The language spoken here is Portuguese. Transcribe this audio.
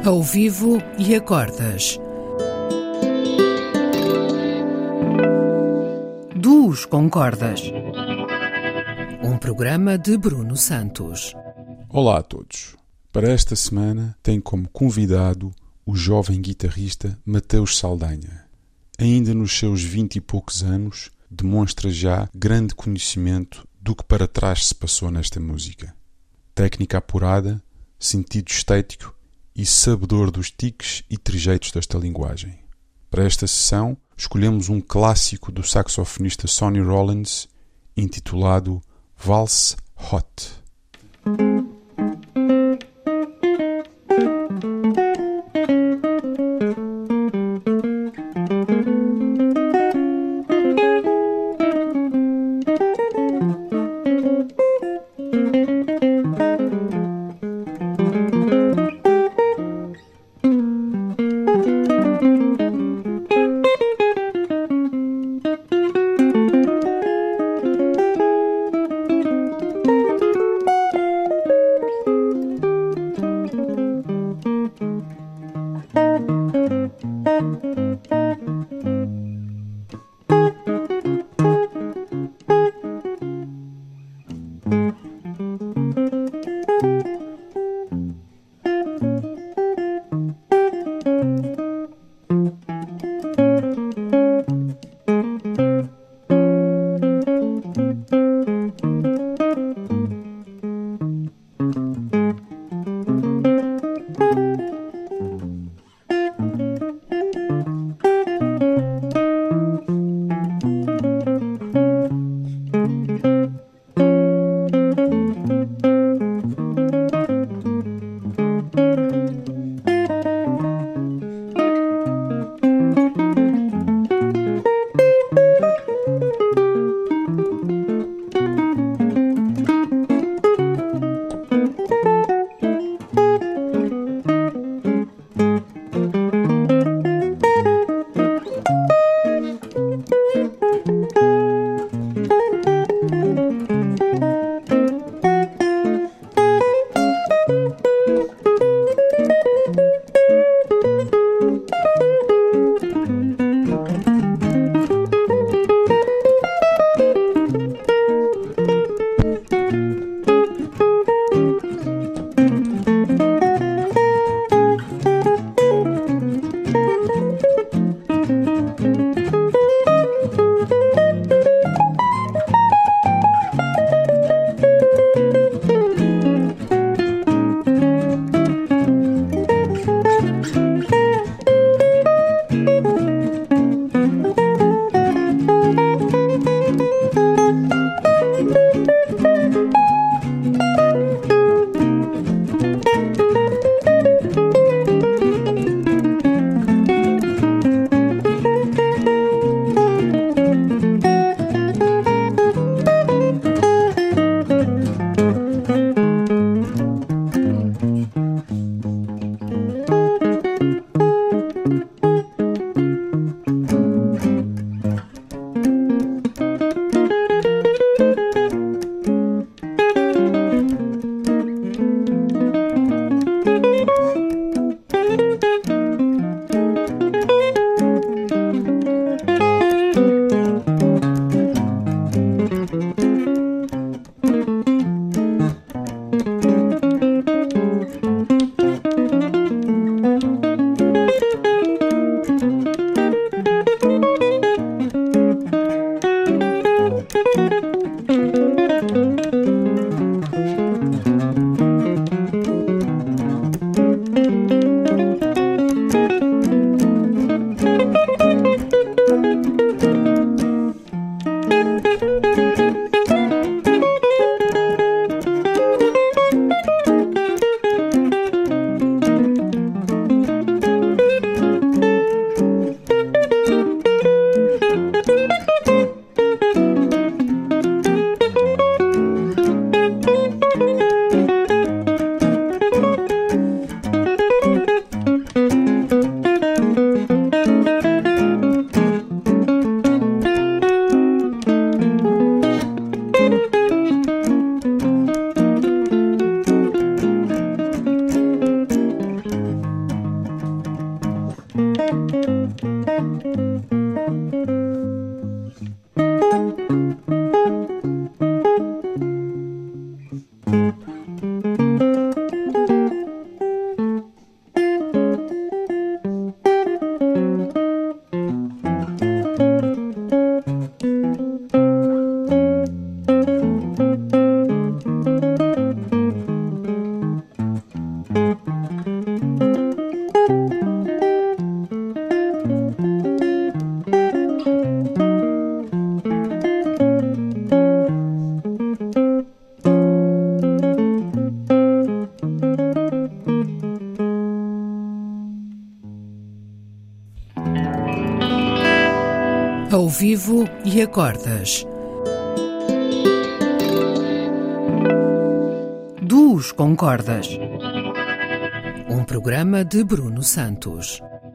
Ao vivo e a cordas. Duos com cordas. Um programa de Bruno Santos. Olá a todos. Para esta semana tenho como convidado o jovem guitarrista Mateus Saldanha. Ainda nos seus 20 e poucos anos, demonstra já grande conhecimento do que para trás se passou nesta música. Técnica apurada, sentido estético e sabedor dos tiques e trejeitos desta linguagem. Para esta sessão, escolhemos um clássico do saxofonista Sonny Rollins, intitulado Valse Hot. ao vivo e a cordas. Duos com cordas. Um programa de Bruno Santos.